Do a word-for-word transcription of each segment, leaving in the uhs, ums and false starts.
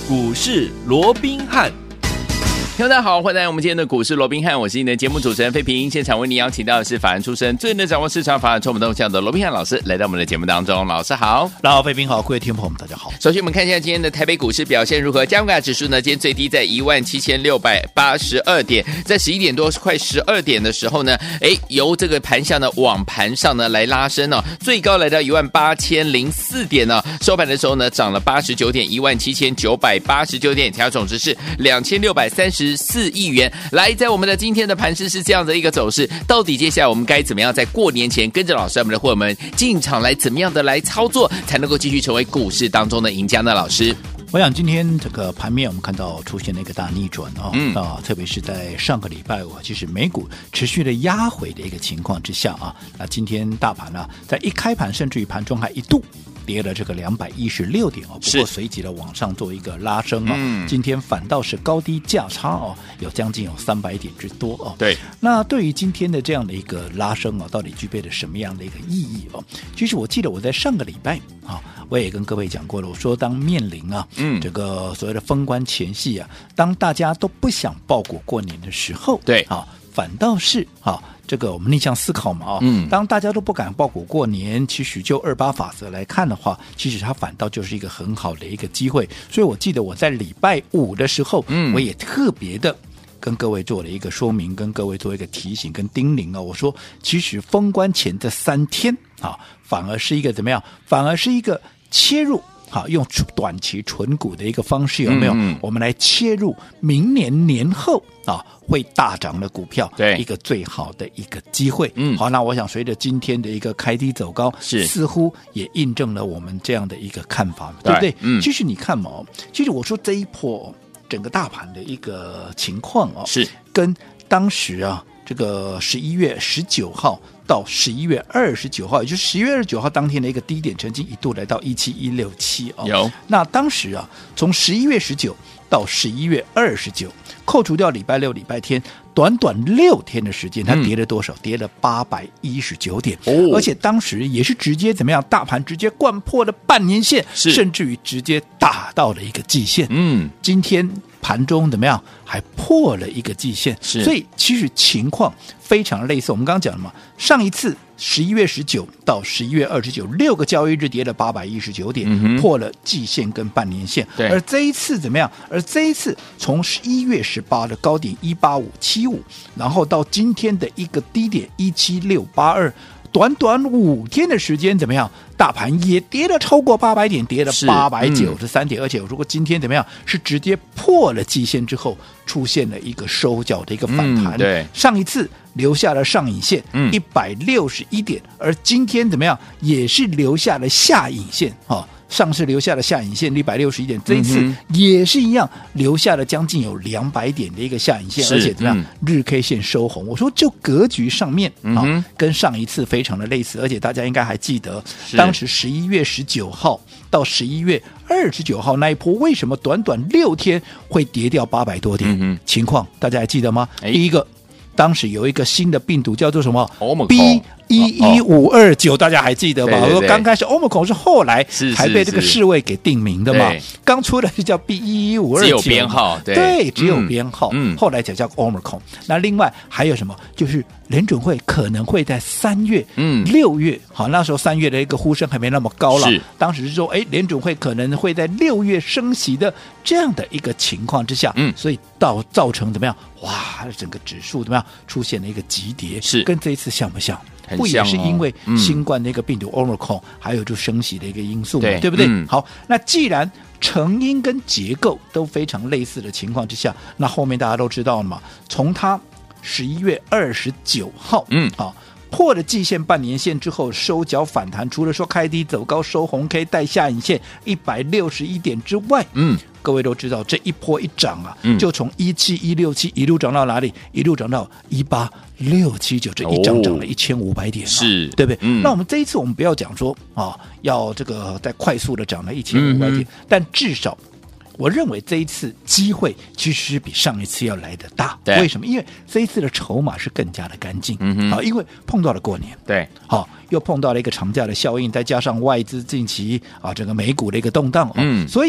股市罗宾汉。听众大家好，欢迎来到我们今天的股市罗宾汉，我是你的节目主持人费平。现场为你邀请到的是法人出身、最能掌握市场法人充满动向的罗宾汉老师，来到我们的节目当中。老师好。 大家好，费平好，各位听众朋友们大家好。 首先我们看一下今天的台北股市表现如何。加权指数呢，今天最低在一万七千六百八十二点，在十一点多快十二点的时候呢，哎，由这个盘下呢往盘上呢来拉升哦，最高来到一万八千零四点呢、哦，收盘的时候呢涨了八十九点，一万七千九百八十九点，成交总值是两千六百三十四亿元。来，在我们的今天的盘势是这样的一个走势，到底接下来我们该怎么样在过年前跟着老师我们的伙伴们进场来怎么样的来操作，才能够继续成为股市当中的赢家呢？老师， 我想今天这个盘面我们看到出现了一个大逆转哦，嗯、啊，特别是在上个礼拜五，其实美股持续的压回的一个情况之下啊，那今天大盘呢，在一开盘甚至于盘中还一度跌了这个两百一十六点哦，不过随即的往上做一个拉升哦，嗯、今天反倒是高低价差哦，有将近有三百点之多哦。 对， 那对于今天的这样的一个拉升哦，到底具备了什么样的一个意义哦？其实我记得我在上个礼拜啊，我也跟各位讲过了，我说当面临啊，嗯，这个所谓的封关前夕啊，当大家都不想抱股过年的时候， 对啊，反倒是啊。这个我们逆向思考嘛， 嗯， 当大家都不敢抱股过年，其实就二八法则来看的话，其实它反倒就是一个很好的一个机会。所以我记得我在礼拜五的时候，嗯，我也特别的跟各位做了一个说明，跟各位做一个提醒跟叮咛啊。我说，其实封关前这三天啊，反而是一个怎么样？反而是一个切入。好，用短期存股的一个方式有没有？嗯、我们来切入明年年后啊会大涨的股票， 对， 一个最好的一个机会。 嗯， 好，那我想随着今天的一个开低走高， 是似乎也印证了我们这样的一个看法，对不对？嗯，其实你看嘛，其实我说这一波整个大盘的一个情况哦， 是跟当时啊这个十一月十九号。到十一月二十九号，也就是十一月二十九号当天的一个低点，曾经一度来到一七一六七哦。 有。 那当时啊，从十一月十九到十一月二十九，扣除掉礼拜六、礼拜天，短短六天的时间，它跌了多少？嗯、跌了八百一十九点。哦。而且当时也是直接怎么样？大盘直接灌破了半年线，甚至于直接打到了一个季线。嗯。今天盘中怎么样？还破了一个季线。是。所以其实情况非常类似。我们刚刚讲了嘛，上一次十一月十九到十一月二十九，六个交易日跌了八百一十九点，嗯、破了季线跟半年线。 对。 而这一次怎么样？而这一次从十一月十八的高点一八五七五，然后到今天的一个低点一七六八二。短短五天的时间怎么样？大盘也跌了超过八百点，跌了八百九十三点、嗯、而且如果今天怎么样，是直接破了季线之后，出现了一个收脚的一个反弹。 嗯、对， 上一次留下了上影线一百六十一点、嗯，而今天怎么样，也是留下了下影线啊。上次留下了下影线一百六十一点，这一次也是一样留下了将近有两百点的一个下影线，而且怎么样、嗯、日 K 线收红。我说就格局上面、嗯啊、跟上一次非常的类似，而且大家应该还记得当时十一月十九号到十一月二十九号那一波为什么短短六天会跌掉八百多点、嗯、情况大家还记得吗？第一个，当时有一个新的病毒叫做什么 B一一五二九，大家还记得吧？我说刚开始 Omicron 是后来才被这个世卫给定名的嘛，刚出来就叫 B一一五二九，只有编号， 对, 对，只有编号、嗯，后来才叫 Omicron。那另外还有什么？就是联准会可能会在三月、嗯、六月，好，那时候三月的一个呼声还没那么高了，当时是说，哎，联准会可能会在六月升息的这样的一个情况之下，嗯，所以到造成怎么样？哇，整个指数怎么样出现了一个急跌？是跟这一次像不像？不也是因为新冠的一个病毒 Omicron、嗯、还有就升息的一个因素嘛， 对, 对不对、嗯、好，那既然成因跟结构都非常类似的情况之下，那后面大家都知道了嘛，从它十一月二十九号嗯好破了季线半年线之后收脚反弹，除了说开低走高收红 K 带下影线一百六十一点之外，嗯，各位都知道这一波一涨啊、嗯、就从一七一六七一路涨到哪里？一路涨到一八六七九，这一涨涨了一千五百点、哦、是对不对、嗯、那我们这一次我们不要讲说啊要这个再快速的涨了一千五百点、嗯、但至少我认为这一次机会其实是比上一次要来得大。为什么？因为这一次的筹码是更加的干净、嗯啊、因为碰到了过年，对，好，又碰到了一个长假的效应，再加上外资近期啊整个美股的一个动荡、啊嗯、所以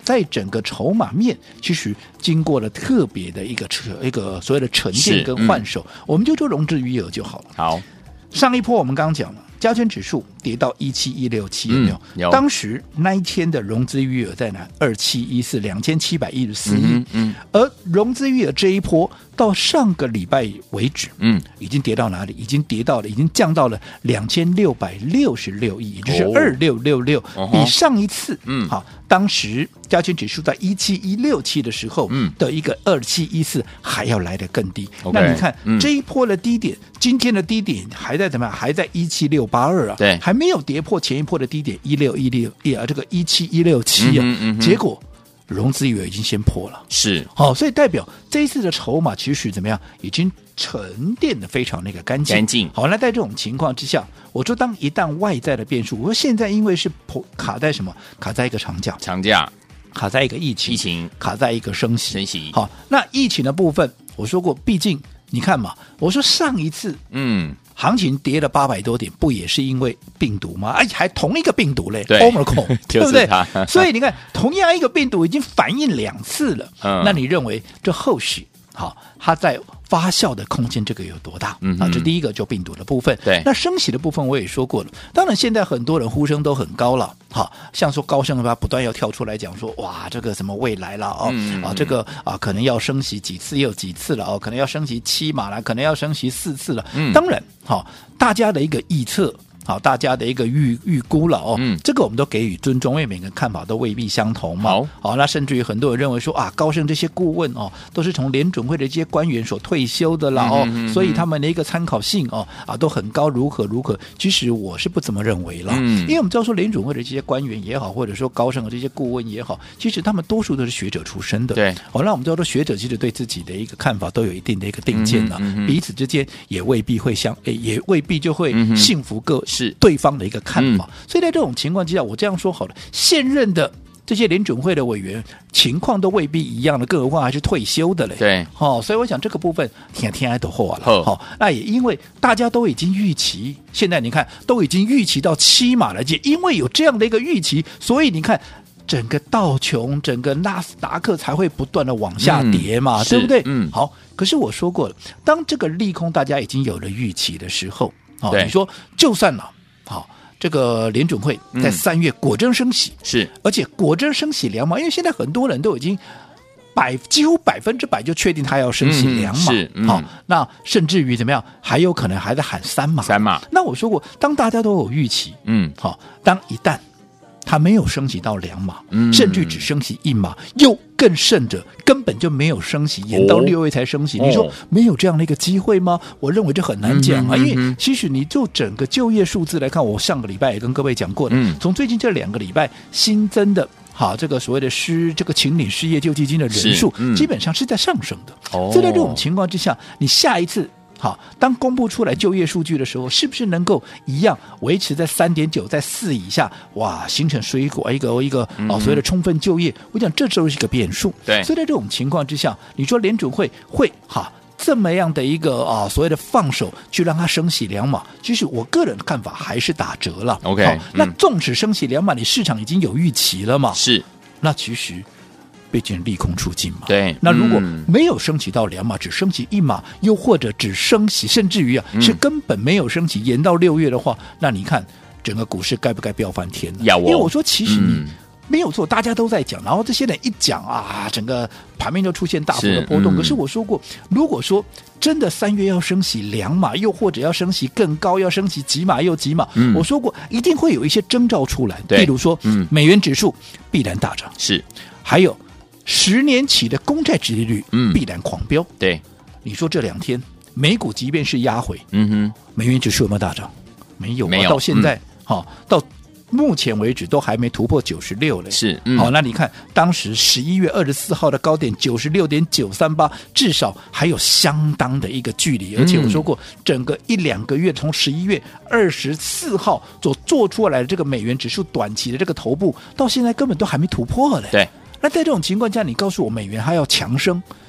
在整个筹码面，其实经过了特别的一个一个所谓的沉淀跟换手，嗯、我们就做融资余额就好了。 好， 上一波我们刚刚讲了，加权指数跌到一七一六七，有没有？ 嗯、有。 当时那一天的融资余额在哪？二七一四，两千七百一十四亿。嗯嗯。而融资余额这一波到上个礼拜为止，嗯，已经跌到哪里？已经跌到了，已经降到了两千六百六十六亿，也就是二六六六，比上一次，嗯，好，当时加权指数在一七一六七的时候，嗯，的一个二七一四还要来得更低。Okay, 那你看、嗯、这一波的低点，今天的低点还在怎么样？还在一七六八二啊， 对， 还没有跌破前一波的低点一六一六啊，这个一七一六七啊，嗯嗯嗯、结果。融资余额已经先破了， 是好、哦，所以代表这一次的筹码其实怎么样，已经沉淀的非常那个干净。 干净。 好，那在这种情况之下，我说当一旦外在的变数，我说现在因为是卡在什么？卡在一个长假， 长假， 卡在一个疫情， 疫情卡在一个升息， 升息。 好，那疫情的部分，我说过，毕竟你看嘛，我说上一次，嗯。行情跌了八百多点，不也是因为病毒吗？而且还同一个病毒嘞 ，Omicron， 对不对？所以你看，同样一个病毒已经反应两次了。嗯、那你认为这后续好，它在发酵的空间这个有多大？嗯、啊，这第一个就病毒的部分。 对， 那升息的部分我也说过了。当然，现在很多人呼声都很高了。好，像说高盛他不断要跳出来讲说，哇，这个什么未来了哦，嗯、啊，这个啊可能要升息几次又几次了哦，可能要升息七码了，可能要升息四次了。嗯、当然，好，大家的一个预测。好，大家的一个预预估了哦，嗯，这个我们都给予尊重，因为每个人看法都未必相同嘛。好，好，那甚至于很多人认为说啊，高盛这些顾问哦，都是从联准会的这些官员所退休的啦哦，嗯嗯嗯、所以他们的一个参考性哦啊都很高，如何如何。其实我是不怎么认为啦，嗯、因为我们知道说联准会的这些官员也好，或者说高盛的这些顾问也好，其实他们多数都是学者出身的。 对， 好，那我们知道说学者其实对自己的一个看法都有一定的一个定见了，嗯嗯嗯、彼此之间也未必会相，也未必就会信服各是对方的一个。看法，嗯、所以在这种情况之下，我这样说好了，现任的这些联准会的委员情况都未必一样的，更何况还是退休的嘞。 对， 哦，所以我想这个部分天天爱都后了。好、哦，那也因为大家都已经预期，现在你看都已经预期到七码了，也因为有这样的一个预期，所以你看。整个道琼、整个纳斯达克才会不断的往下跌嘛，嗯、对不对？嗯，好。可是我说过了，当这个利空大家已经有了预期的时候，哦，你说就算了，好。这个联准会在三月果真升息，是、嗯，而且果真升息两码，因为现在很多人都已经百几乎百分之百就确定他要升息两码，是、嗯，好、嗯，那甚至于怎么样，还有可能还在喊三码， 三码。 那我说过，当大家都有预期，嗯，好，当一旦它没有升息到两码，嗯、甚至只升息一码，又更甚者根本就没有升息，延到六月才升息。哦、你说没有这样的一个机会吗？我认为这很难讲啊，嗯、因为其实你就整个就业数字来看，我上个礼拜也跟各位讲过了，嗯、从最近这两个礼拜新增的。好，这个所谓的失这个请领失业救济金的人数，嗯、基本上是在上升的。哦，所以在这种情况之下，你下一次。好，当公布出来就业数据的时候，是不是能够一样维持在 三点九 在四以下？哇，形成水果一个一个、嗯、哦，所谓的充分就业，我讲这就是一个变数。 对， 所以在这种情况之下，你说联准会会哈这么样的一个啊所谓的放手去让它升息两码，其实我个人的看法还是打折了。 OK， 嗯、那纵使升息两码，你市场已经有预期了嘛？ 是， 那其实。毕竟利空出尽嘛， 对。 那如果没有升息到两码，只升息一码，又或者只升息，甚至于啊、嗯、是根本没有升息，延到六月的话，那你看整个股市该不该飙翻天呢？ 要哦、 因为我说其实你没有错，大家都在讲，然后这些人一讲啊，整个盘面就出现大幅的波动。是嗯、可是我说过，如果说真的三月要升息两码，又或者要升息更高，要升息几码又几码，嗯、我说过一定会有一些征兆出来，例如说，嗯、美元指数必然大涨， 是， 还有。十年期的公债殖利率必然狂飙， 嗯、对， 你说这两天美股即便是压回， 嗯哼， 美元指数有没有大涨？没有， 没有， 到现在，好、嗯哦，到目前为止都还没突破九十六嘞。 是， 好、嗯哦，那你看当时十一月二十四号的高点九十六点九三八，至少还有相当的一个距离。而且我说过，嗯、整个一两个月，从十一月二十四号所做出来的这个美元指数短期的这个头部，到现在根本都还没突破嘞。 对。 那在这种情况下，你告诉我美元还要强升，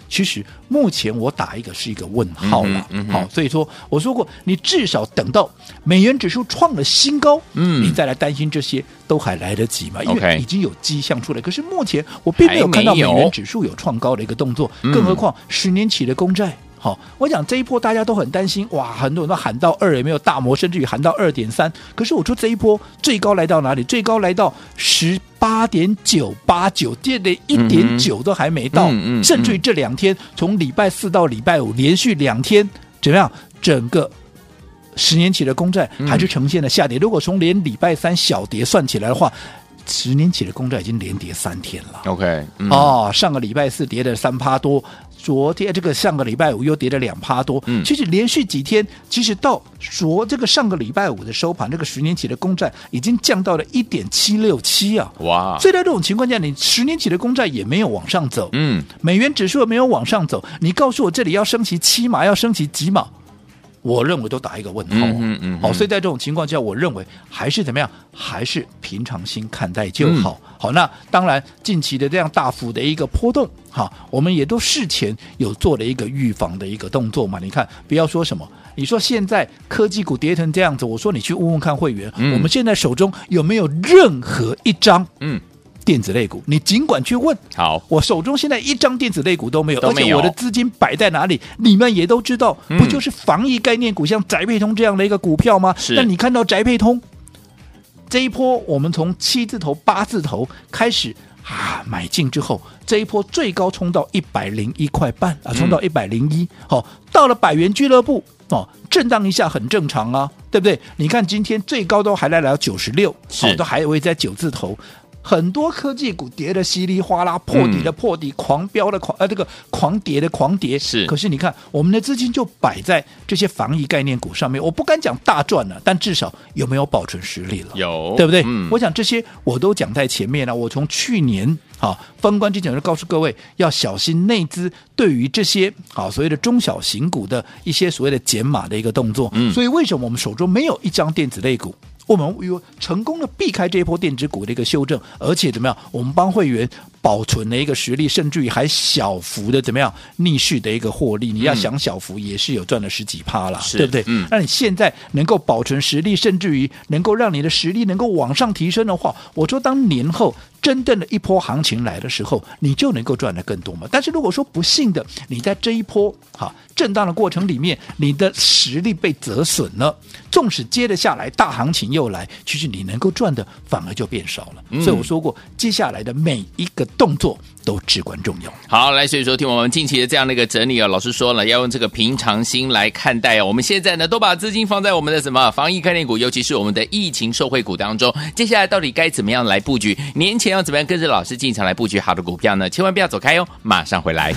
其实目前我打一个是一个问号了。 嗯嗯嗯、 好，所以说我说过，你至少等到美元指数创了新高，嗯，你再来担心这些都还来得及嘛？因为已经有迹象出来。可是目前我并没有看到美元指数有创高的一个动作，更何况十年期的公债。好，我讲这一波大家都很担心，哇，很多人都喊到二，也没有大摩甚至于喊到二点三。可是我说这一波最高来到哪里？最高来到十八点九八九，跌的一点九都还没到，嗯嗯嗯、甚至于这两天从礼拜四到礼拜五连续两天怎么样？整个十年期的公债还是呈现了下跌。嗯、如果从连礼拜三小跌算起来的话，十年期的公债已经连跌三天了。 OK，、嗯、 哦，上个礼拜四跌了三趴多。昨天这个上个礼拜五又跌了两趴多，嗯，其实连续几天，其实到昨这个上个礼拜五的收盘，这个十年期的公债已经降到了 一点七六七 啊，哇！所以在这种情况下，你十年期的公债也没有往上走，嗯，美元指数也没有往上走，你告诉我这里要升息七码，要升息几码？我认为都打一个问号、啊，嗯嗯嗯，好，所以在这种情况下，我认为还是怎么样，还是平常心看待就好。嗯、好，那当然近期的这样大幅的一个波动，哈，我们也都事前有做了一个预防的一个动作嘛。你看，不要说什么，你说现在科技股跌成这样子，我说你去问问看会员，嗯、我们现在手中有没有任何一张，嗯。电子类股，你尽管去问。 好， 我手中现在一张电子类股都没有， 都没有， 而且我的资金摆在哪里，你们也都知道，嗯、不就是防疫概念股，像宅配通这样的一个股票吗？那你看到宅配通这一波，我们从七字头、八字头开始啊买进之后，这一波最高冲到一百零一块半啊，冲到一百零一，好，到了百元俱乐部哦，震荡一下很正常啊，对不对？你看今天最高都还来到九十六，好，都还会在九字头。很多科技股跌得稀里哗啦，破底的破底，嗯、狂飙的狂呃，这个狂跌的狂跌。 是， 可是你看，我们的资金就摆在这些防疫概念股上面。我不敢讲大赚了，但至少有没有保存实力了？ 有， 对不对？ 嗯、 我想这些我都讲在前面了。我从去年好封关之前就告诉各位，要小心内资对于这些好所谓的中小型股的一些所谓的减码的一个动作。嗯、所以为什么我们手中没有一张电子类股？我们有成功的避开这一波电子股的一个修正，而且怎么样？我们帮会员保存了一个实力，甚至于还小幅的怎么样逆势的一个获利。你要想小幅也是有赚了十几趴啦，嗯、对不对？嗯。那你现在能够保存实力，甚至于能够让你的实力能够往上提升的话，我说当年后真正的一波行情来的时候，你就能够赚得更多嘛。但是如果说不幸的你在这一波哈震荡的过程里面，你的实力被折损了，纵使接着下来大行情又来，其实你能够赚的反而就变少了。嗯、所以我说过，接下来的每一个动作都至关重要。 好，来，所以说听我们近期的这样的一个整理啊，老师说了要用这个平常心来看待哦。我们现在呢都把资金放在我们的什么防疫概念股，尤其是我们的疫情受惠股当中。接下来到底该怎么样来布局？年前要怎么样跟着老师进场来布局好的股票呢？千万不要走开哦，马上回来。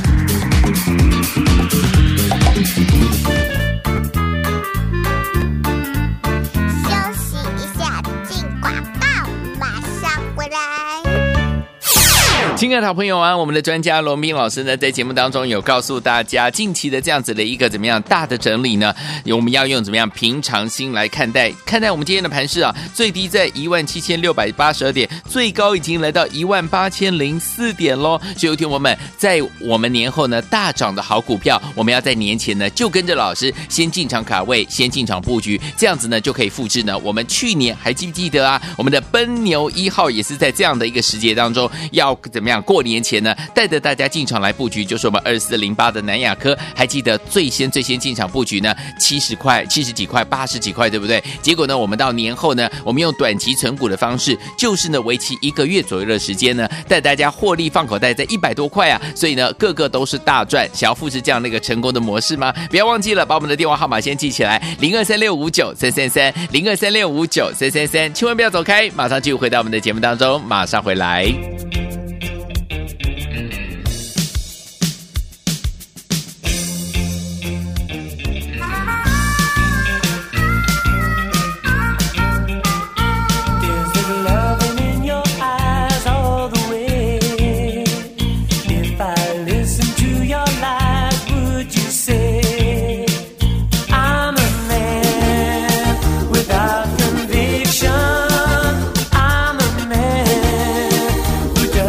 亲爱的好朋友啊，我们的专家罗斌老师呢，在节目当中有告诉大家，近期的这样子的一个怎么样大的整理呢？我们要用怎么样平常心来看待？看待我们今天的盘势啊，最低在一万七千六百八十二点，最高已经来到一万八千零四点喽。所以，听我们在我们年后呢大涨的好股票，我们要在年前呢就跟着老师先进场卡位，先进场布局，这样子呢就可以复制呢我们去年还记不记得啊？我们的奔牛一号也是在这样的一个时节当中，要怎么样？过年前呢，带着大家进场来布局，就是我们二四零八的南亚科，还记得最先最先进场布局呢，七十块、七十几块、八十几块，对不对？结果呢，我们到年后呢，我们用短期存股的方式，就是呢，为期一个月左右的时间呢，带大家获利放口袋在一百多块啊，所以呢，个个都是大赚。想要复制这样的一个成功的模式吗？不要忘记了，把我们的电话号码先记起来，零二三六五九三三三，零二三六五九三三三，千万不要走开，马上就回到我们的节目当中，马上回来。 Without conviction, I'm a man who does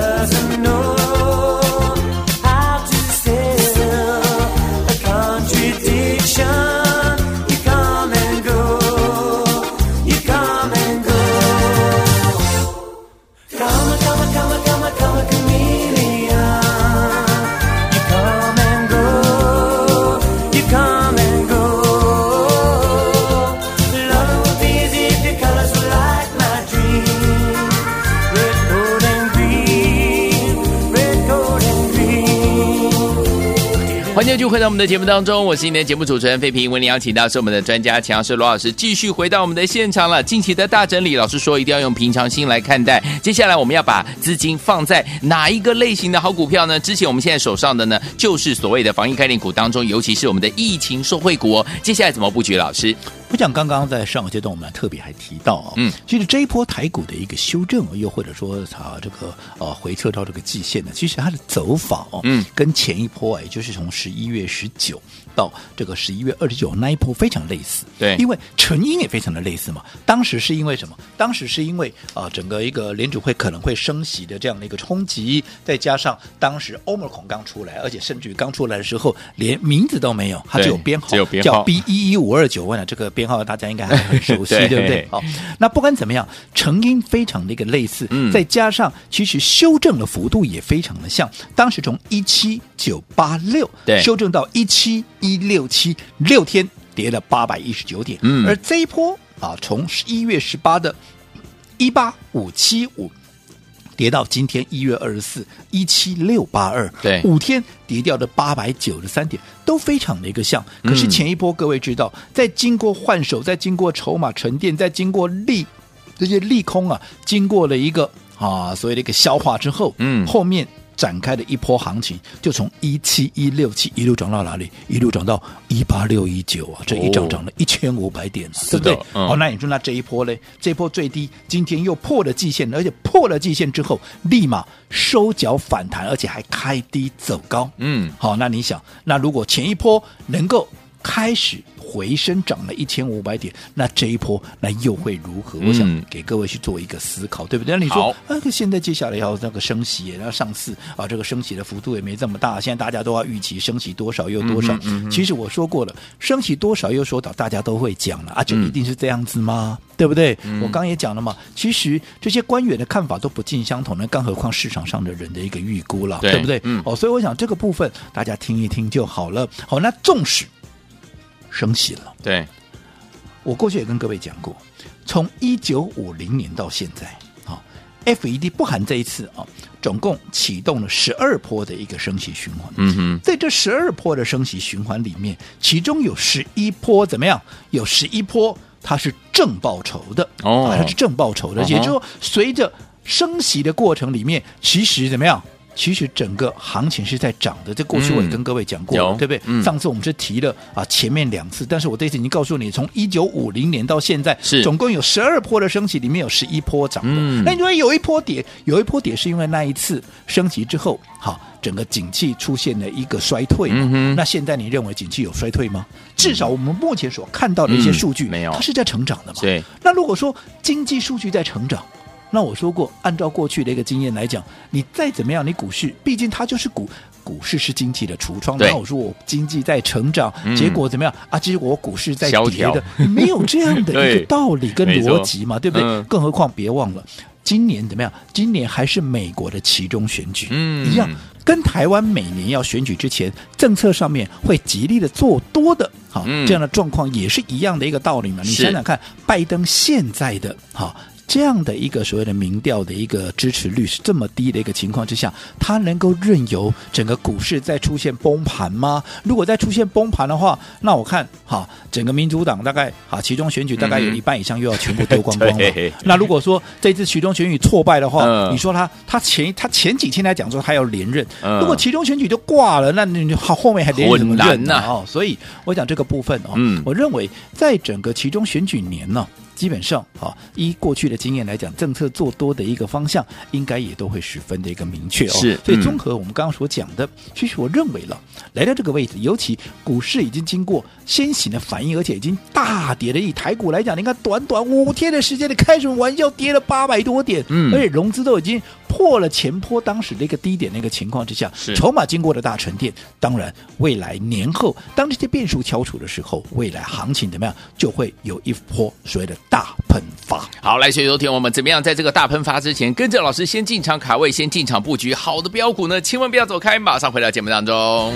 欢迎继续回到我们的节目当中，我是今天的节目主持人费平。为您邀请到是我们的专家强势罗老师，继续回到我们的现场了。近期的大整理，老师说一定要用平常心来看待。接下来我们要把资金放在哪一个类型的好股票呢？之前我们现在手上的呢，就是所谓的防疫概念股当中，尤其是我们的疫情受惠股哦。接下来怎么布局？老师， 我想刚刚在上个阶段我们特别还提到啊、哦，嗯，其实这一波台股的一个修正，又或者说它这个呃回撤到这个季线呢，其实它的走法哦，嗯，跟前一波啊，也就是从十一月十九到这个十一月二十九那一波非常类似， 对， 因为成因也非常的类似嘛。当时是因为什么？当时是因为啊、呃，整个一个联储会可能会升息的这样的一个冲击，再加上当时 Omicron 刚出来，而且甚至于刚出来的时候连名字都没有，它只有编号， 只有编号叫 B 一一五二九万的这个编号，大家应该还很熟悉，对, 对不对？好，那不管怎么样，成因非常的一个类似，嗯，再加上其实修正的幅度也非常的像，当时从一七九八六修正到一七一六七，六天跌了八百一十九点，嗯，而这一波啊，从一月十八的一八五七五。跌到今天一月二十四一七六八二， 对， 五天跌掉的八百九十三点，都非常的一个像。可是前一波各位知道，在经过换手，在经过筹码沉淀，在经过利这些利空啊，经过了一个啊所谓的一个消化之后，嗯，后面展开的一波行情，就从一七一六七一路涨到哪里？一路涨到一八六一九啊！这一涨涨了一千五百点，对不对？嗯、哦，那你说那这一波嘞？这一波最低今天又破了季线，而且破了季线之后，立马收脚反弹，而且还开低走高。嗯，好，那你想，那如果前一波能够开始回升涨了一千五百点，那这一波那又会如何？我想给各位去做一个思考，对不对？那你说，啊，现在接下来要那个升息，要上市啊，这个升息的幅度也没这么大，现在大家都要预期升息多少又多少。嗯嗯、其实我说过了，升息多少又说到，大家都会讲了啊，就一定是这样子吗？嗯、对不对？嗯、我刚刚也讲了嘛，其实这些官员的看法都不尽相同的，更何况市场上的人的一个预估了， 对, 对不对？嗯、哦，所以我想这个部分大家听一听就好了。好，那纵使升息了， 对， 我过去也跟各位讲过，从一九五零年到现在，啊 ，F E D 不含这一次啊，总共启动了十二波的一个升息循环。嗯哼，在这十二波的升息循环里面，其中有十一波怎么样？有十一波它是正报酬的哦，啊、它是正报酬的，哦、也就是说，随着升息的过程里面，其实怎么样？其实整个行情是在涨的，这过去我也跟各位讲过，嗯、对不对？嗯、上次我们是提了啊前面两次，但是我这次已经告诉你，从一九五零年到现在，是总共有十二波的升息，里面有十一波涨的。嗯、那你说有一波跌，有一波跌是因为那一次升息之后，好，整个景气出现了一个衰退嘛。嗯、那现在你认为景气有衰退吗？至少我们目前所看到的一些数据，嗯、没有，它是在成长的嘛。对。那如果说经济数据在成长，那我说过，按照过去的一个经验来讲，你再怎么样，你股市毕竟它就是股，股市是经济的橱窗。然后我说我经济在成长，嗯、结果怎么样啊？结果我股市在跌的，没有这样的一个道理跟逻辑嘛，对不对？嗯、更何况别忘了，今年怎么样？今年还是美国的期中选举，嗯，一样，跟台湾每年要选举之前，政策上面会极力的做多的。好，嗯、这样的状况也是一样的一个道理嘛。你想想看，拜登现在的好。这样的一个所谓的民调的一个支持率是这么低的一个情况之下，它能够任由整个股市再出现崩盘吗？如果再出现崩盘的话，那我看哈，整个民主党大概哈其中选举大概有一半以上又要全部丢光光了。嗯、那如果说这次其中选举挫败的话，嗯、你说他他前他前几天来讲说他要连任，嗯、如果其中选举就挂了，那你后面还连什么任呢？哦，所以我讲这个部分哦，嗯、我认为在整个其中选举年呢。基本上啊，依过去的经验来讲，政策做多的一个方向，应该也都会十分的一个明确哦。是，所以综合我们刚刚所讲的，嗯、其实我认为了，来到这个位置，尤其股市已经经过先行的反应，而且已经大跌了。以台股来讲，你看短短五天的时间，你开什么玩笑，跌了八百多点，嗯，而且融资都已经破了前波当时的一个低点那个情况之下，筹码经过了大沉淀。当然，未来年后当这些变数消除的时候，未来行情怎么样，就会有一波所谓的大喷发。 好，来，所以昨天我们怎么样在这个大喷发之前，跟着老师先进场卡位，先进场布局好的标股呢？千万不要走开，马上回到节目当中。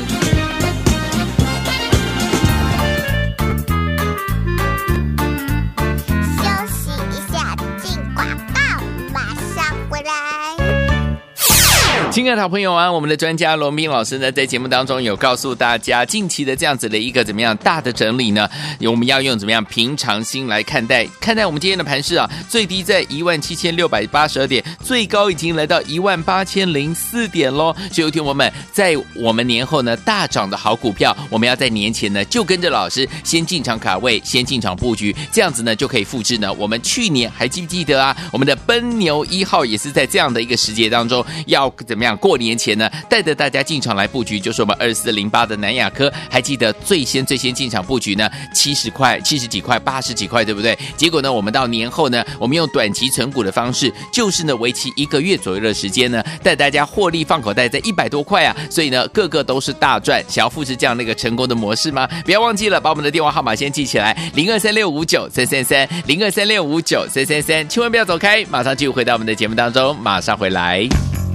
亲爱的好朋友啊，我们的专家罗斌老师呢，在节目当中有告诉大家，近期的这样子的一个怎么样大的整理呢？我们要用怎么样平常心来看待？看待我们今天的盘势啊，最低在一万七千六百八十二点，最高已经来到一万八千零四点喽。所以，有听我们在我们年后呢大涨的好股票，我们要在年前呢就跟着老师先进场卡位，先进场布局，这样子呢就可以复制呢我们去年还记不记得啊？我们的奔牛一号也是在这样的一个时节当中，要怎么样过年前呢带着大家进场来布局，就是我们二四零八的南亚科，还记得最先最先进场布局呢七十块、七十几块、八十几块，对不对？结果呢，我们到年后呢，我们用短期存股的方式，就是呢为期一个月左右的时间呢，带大家获利放口袋在一百多块啊，所以呢个个都是大赚。想要复制这样的一个成功的模式吗？不要忘记了把我们的电话号码先记起来，零二三六五九三三三，零二三六五九三三三，千万不要走开，马上就回到我们的节目当中，马上回来。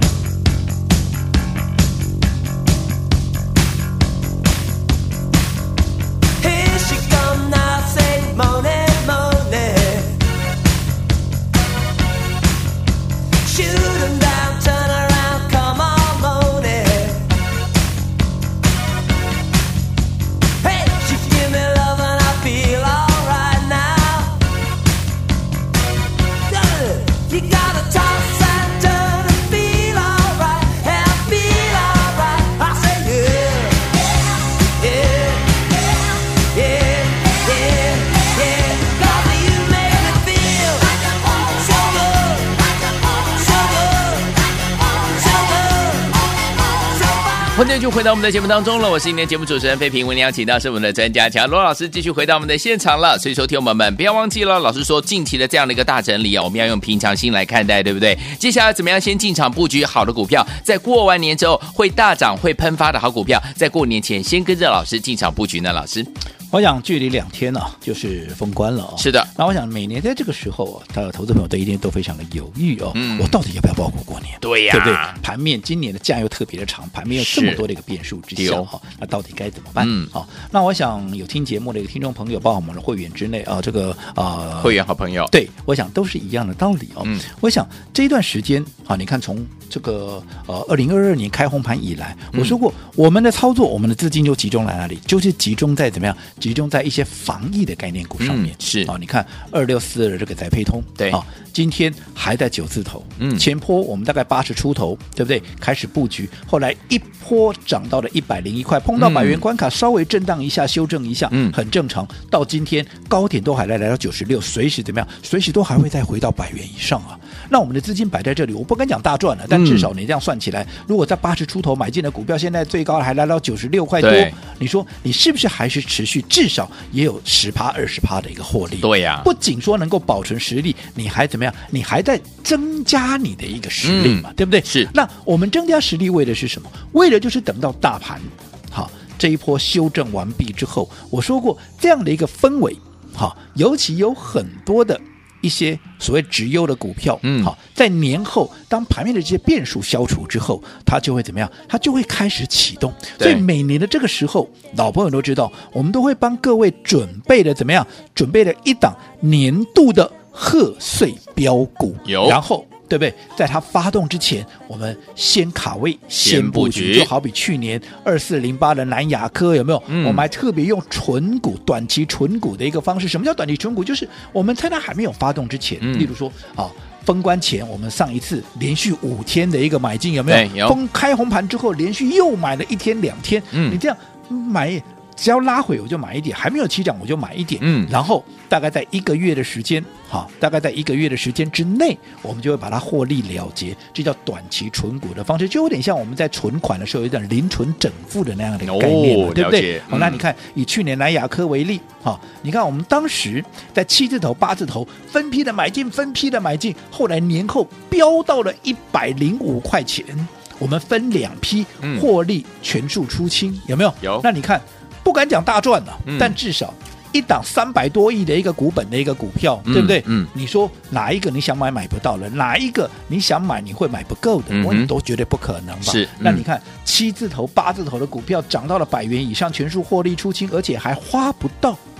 欢迎就回到我们的节目当中了，我是今天节目主持人费平，为您邀请到是我们的专家强罗老师，继续回到我们的现场了。所以说听我们不要忘记了，老师说近期的这样的一个大整理啊，我们要用平常心来看待，对不对？接下来怎么样先进场布局好的股票，在过完年之后会大涨会喷发的好股票，在过年前先跟着老师进场布局呢？老师， 我想距离两天呢、啊、就是封关了、哦、 是的。 那我想每年在这个时候啊，他的投资朋友都一定都非常的犹豫哦，嗯、我到底要不要报股过年？ 对呀、 啊，对不对？盘面今年的假又特别的长，盘面有这么多的一个变数之下哈、哦，那到底该怎么办？嗯，好、哦，那我想有听节目的一个听众朋友，包括我们的会员之内啊，这个啊、呃、 会员好朋友， 对，我想都是一样的道理哦。嗯，我想这一段时间啊，你看从这个呃二零二二年开红盘以来，我说过、嗯、我们的操作，我们的资金就集中在哪里？就是集中在怎么样？集中在一些防疫的概念股上面。嗯、是啊，你看二六四二这个宅配通，对啊，今天还在九字头，嗯，前波我们大概八十出头，对不对？开始布局，后来一波涨到了一百零一块，碰到百元关卡，嗯、稍微震荡一下，修正一下，嗯，很正常。到今天高点都还来来到九十六，随时怎么样？随时都还会再回到百元以上啊。那我们的资金摆在这里，我不敢讲大赚了，但至少你这样算起来，嗯、如果在八十出头买进的股票，现在最高还来到九十六块多，你说你是不是还是持续至少也有十趴二十趴的一个获利？ 对呀、啊， 不仅说能够保存实力，你还怎么样？你还在增加你的一个实力嘛，嗯、对不对？ 是。 那我们增加实力为的是什么？为的就是等到大盘好这一波修正完毕之后，我说过这样的一个氛围，好，尤其有很多的一些所谓直优的股票，嗯，好，在年后当盘面的这些变数消除之后，它就会怎么样？它就会开始启动。所以每年的这个时候，老朋友都知道，我们都会帮各位准备的怎么样？准备了一档年度的贺岁标股，有，然后。对不对？在它发动之前，我们先卡位，先布局，就好比去年二四零八的南亚科有没有？嗯、我们还特别用纯股、短期纯股的一个方式。什么叫短期纯股？就是我们在它还没有发动之前，嗯、例如说啊，封关前我们上一次连续五天的一个买进有没有？有。封开红盘之后，连续又买了一天两天，嗯、你这样买。只要拉回我就买一点，还没有起涨我就买一点，嗯，然后大概在一个月的时间，好，大概在一个月的时间之内，我们就会把它获利了结，这叫短期存股的方式，就有点像我们在存款的时候有点零存整付的那样的一个概念、哦、对不对？好、嗯，那你看以去年南亚科为例，好，你看我们当时在七字头、八字头分批的买进，分批的买进，后来年后飙到了一百零五块钱，我们分两批获利全数出清，嗯、有没有？有。那你看。不敢讲大赚了、嗯，但至少一档三百多亿的一个股本的一个股票，嗯、对不对？嗯，你说哪一个你想买买不到了？哪一个你想买你会买不够的？嗯、我都觉得不可能吧？是。嗯、那你看七字头、八字头的股票涨到了百元以上，全数获利出清，而且还花不到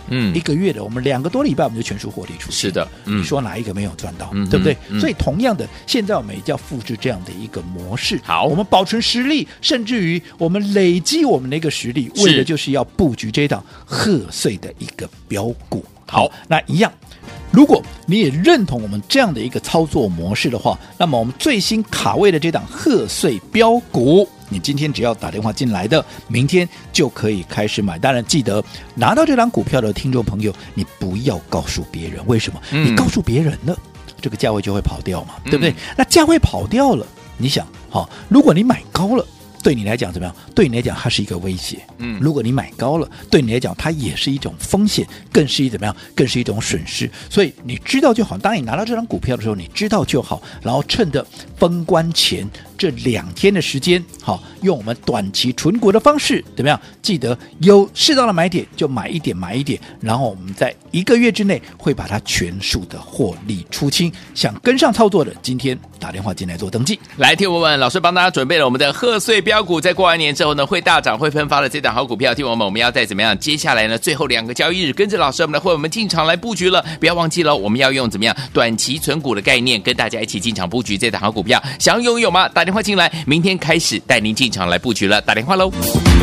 嗯，一个月的我们两个多礼拜我们就全数获利出清。 是的，嗯， 你说哪一个没有赚到？ 嗯， 对不对？ 嗯， 所以同样的，现在我们也要复制这样的一个模式。 好， 我们保存实力，甚至于我们累积我们的一个实力，为的就是要布局这一档贺岁的一个标股。 好， 那一样，如果你也认同我们这样的一个操作模式的话，那么我们最新卡位的这档贺岁标股，你今天只要打电话进来的，明天就可以开始买。当然记得拿到这档股票的听众朋友，你不要告诉别人，为什么？嗯、你告诉别人了，这个价位就会跑掉嘛，对不对？嗯、那价位跑掉了，你想，好，如果你买高了，对你来讲怎么样？对你来讲，它是一个威胁。嗯，如果你买高了，对你来讲，它也是一种风险，更是一怎么样？更是一种损失。所以你知道就好。当你拿到这张股票的时候，你知道就好。然后趁着封关前这两天的时间，好，用我们短期存股的方式，怎么样？记得有适当的买点就买一点，买一点，然后我们在一个月之内会把它全数的获利出清。想跟上操作的，今天打电话进来做登记。 来，听我们老师帮大家准备了我们的贺岁标股，在过完年之后呢，会大涨会喷发的这档好股票，听我们我们要再怎么样？接下来呢，最后两个交易日，跟着老师我们的会我们进场来布局了，不要忘记了，我们要用怎么样短期存股的概念，跟大家一起进场布局这档好股票，想要拥有吗？打电话进来，明天开始带您进场来布局了，打电话喽。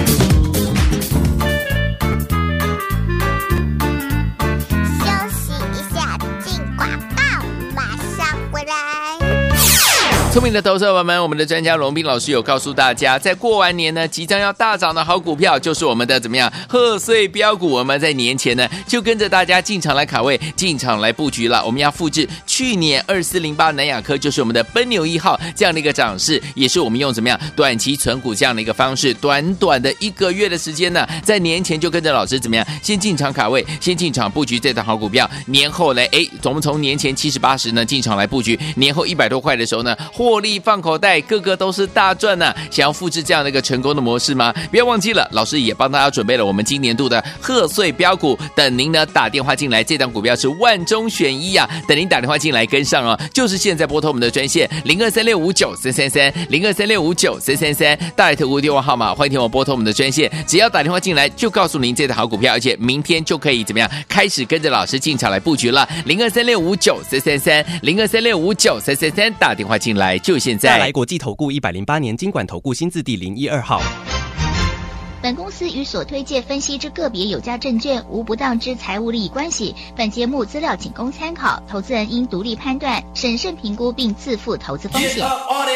聪明的投资者们，我们的专家龙斌老师有告诉大家，在过完年呢，即将要大涨的好股票，就是我们的怎么样贺岁标股。我们在年前呢，就跟着大家进场来卡位，进场来布局了。我们要复制去年二四零八南亚科，就是我们的奔牛一号这样的一个涨势，也是我们用怎么样短期存股这样的一个方式，短短的一个月的时间呢，在年前就跟着老师怎么样，先进场卡位，先进场布局这档好股票。年后呢，哎，我们从年前七十八十呢进场来布局，年后一百多块的时候呢，获利放口袋，个个都是大赚啊！想要复制这样的一个成功的模式吗？不要忘记了，老师也帮大家准备了我们今年度的贺岁标股，等您呢打电话进来，这档股票是万中选一啊！等您打电话进来跟上哦，就是现在拨通我们的专线零二三六五九三三三零二三六五九三三三大来特股电话号码，欢迎听我拨通我们的专线，只要打电话进来就告诉您这档好股票，而且明天就可以怎么样开始跟着老师进场来布局了。零二三六五九三三三零二三六五九三三三打电话进来就现在。 大来国际投顾一百零八年金管投顾新字第零一二号。 本公司与所推介分析之个别有价证券无不当之财务利益关系。本节目资料仅供参考，投资人应独立判断、审慎评估并自负投资风险。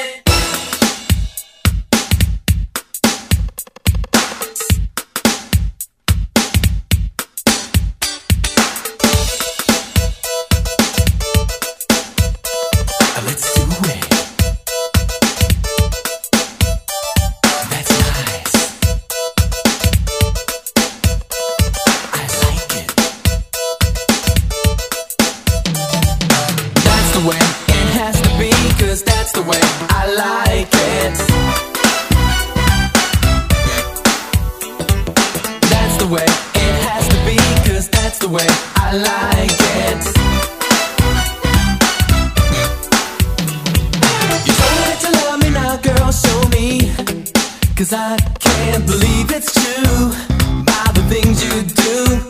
Cause I can't believe it's true by the things you do.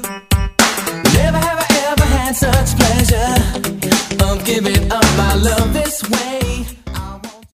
Never have I ever had such pleasure of giving up my love this way.